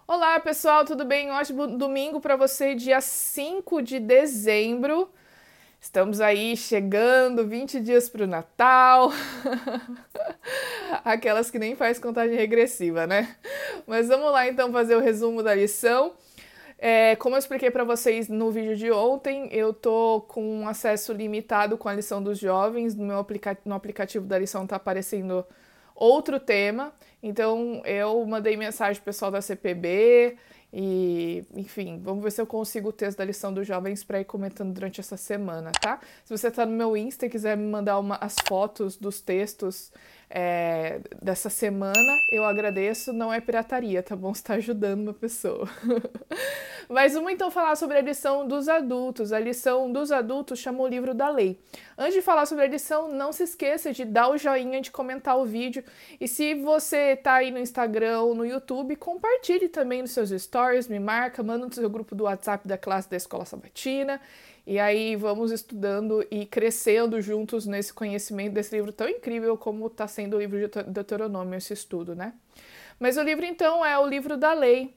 Olá, pessoal, tudo bem? Ótimo domingo para você, dia 5 de dezembro. Estamos aí chegando, 20 dias para o Natal. Aquelas que nem faz contagem regressiva, né? Mas vamos lá então fazer o resumo da lição. Como eu expliquei para vocês no vídeo de ontem, eu tô com um acesso limitado com a lição dos jovens. No aplicativo da lição tá aparecendo outro tema. Então eu mandei mensagem pro pessoal da CPB e, enfim, vamos ver se eu consigo o texto da lição dos jovens para ir comentando durante essa semana, tá? Se você tá no meu Insta e quiser me mandar as fotos dos textos dessa semana, eu agradeço. Não é pirataria, tá bom? Você tá ajudando uma pessoa. Mas vamos então falar sobre a lição dos adultos. A lição dos adultos chama o livro da lei. Antes de falar sobre a lição, não se esqueça de dar o joinha, de comentar o vídeo. E se você tá aí no Instagram ou no YouTube, compartilhe também nos seus stories, me marca, manda no seu grupo do WhatsApp da classe da Escola Sabatina. E aí vamos estudando e crescendo juntos nesse conhecimento desse livro tão incrível como está sendo o livro de Deuteronômio, esse estudo, né? Mas o livro, então, é o livro da lei.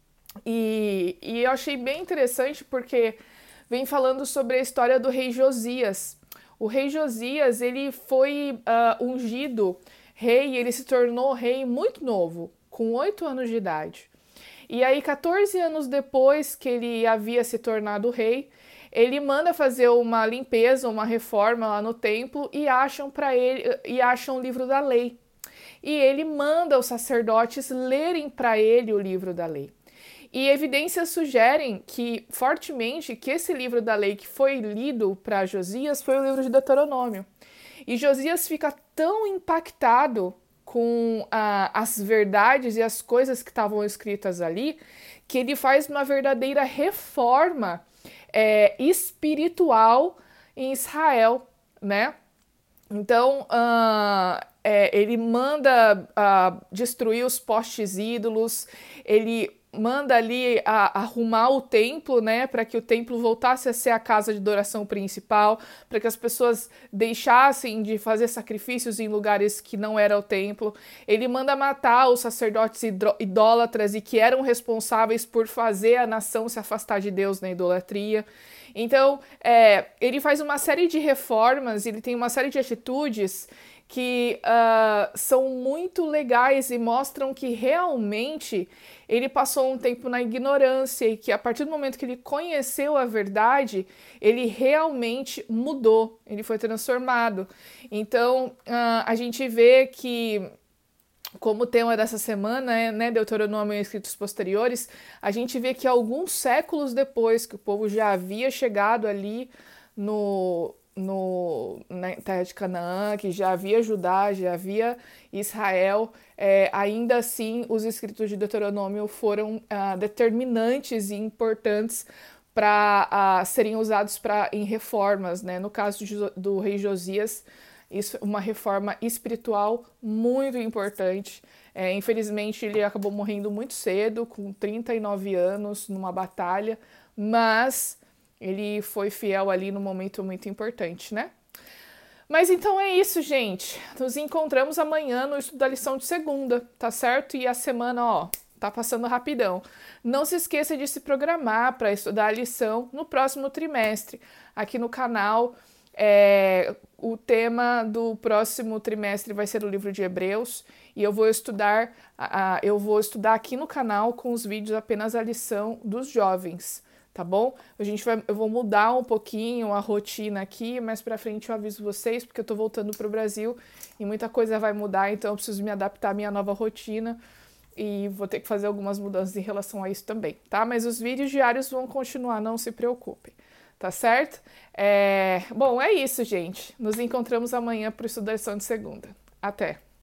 E eu achei bem interessante porque vem falando sobre a história do rei Josias. O rei Josias, ele foi ungido rei, ele se tornou rei muito novo, com 8 anos de idade. E aí, 14 anos depois que ele havia se tornado rei, ele manda fazer uma limpeza, uma reforma lá no templo e acham o livro da lei. E ele manda os sacerdotes lerem para ele o livro da lei. E evidências sugerem fortemente que esse livro da lei que foi lido para Josias foi o livro de Deuteronômio. E Josias fica tão impactado com as verdades e as coisas que estavam escritas ali, que ele faz uma verdadeira reforma espiritual em Israel, né? Então, ele manda destruir os postes ídolos, ele manda ali arrumar o templo, né, para que o templo voltasse a ser a casa de adoração principal, para que as pessoas deixassem de fazer sacrifícios em lugares que não era o templo. Ele manda matar os sacerdotes idólatras e que eram responsáveis por fazer a nação se afastar de Deus na idolatria. Então, ele faz uma série de reformas, ele tem uma série de atitudes que são muito legais e mostram que realmente ele passou um tempo na ignorância e que a partir do momento que ele conheceu a verdade, ele realmente mudou, ele foi transformado. Então, a gente vê que, como tema dessa semana, né, Deuteronômio e escritos posteriores, a gente vê que alguns séculos depois que o povo já havia chegado ali na terra de Canaã, que já havia Judá, já havia Israel, ainda assim os escritos de Deuteronômio foram determinantes e importantes para serem usados em reformas, né? No caso do rei Josias, isso é uma reforma espiritual muito importante. Infelizmente, ele acabou morrendo muito cedo, com 39 anos, numa batalha, mas ele foi fiel ali num momento muito importante, né? Mas então é isso, gente. Nos encontramos amanhã no estudo da lição de segunda, tá certo? E a semana, ó, tá passando rapidão. Não se esqueça de se programar para estudar a lição no próximo trimestre. Aqui no canal, o tema do próximo trimestre vai ser o livro de Hebreus e eu vou estudar aqui no canal com os vídeos apenas a lição dos jovens. Tá bom? Eu vou mudar um pouquinho a rotina aqui, mais pra frente eu aviso vocês, porque eu tô voltando pro Brasil e muita coisa vai mudar, então eu preciso me adaptar à minha nova rotina e vou ter que fazer algumas mudanças em relação a isso também, tá? Mas os vídeos diários vão continuar, não se preocupem, tá certo? Bom, é isso, gente. Nos encontramos amanhã pro estudo da lição de segunda. Até!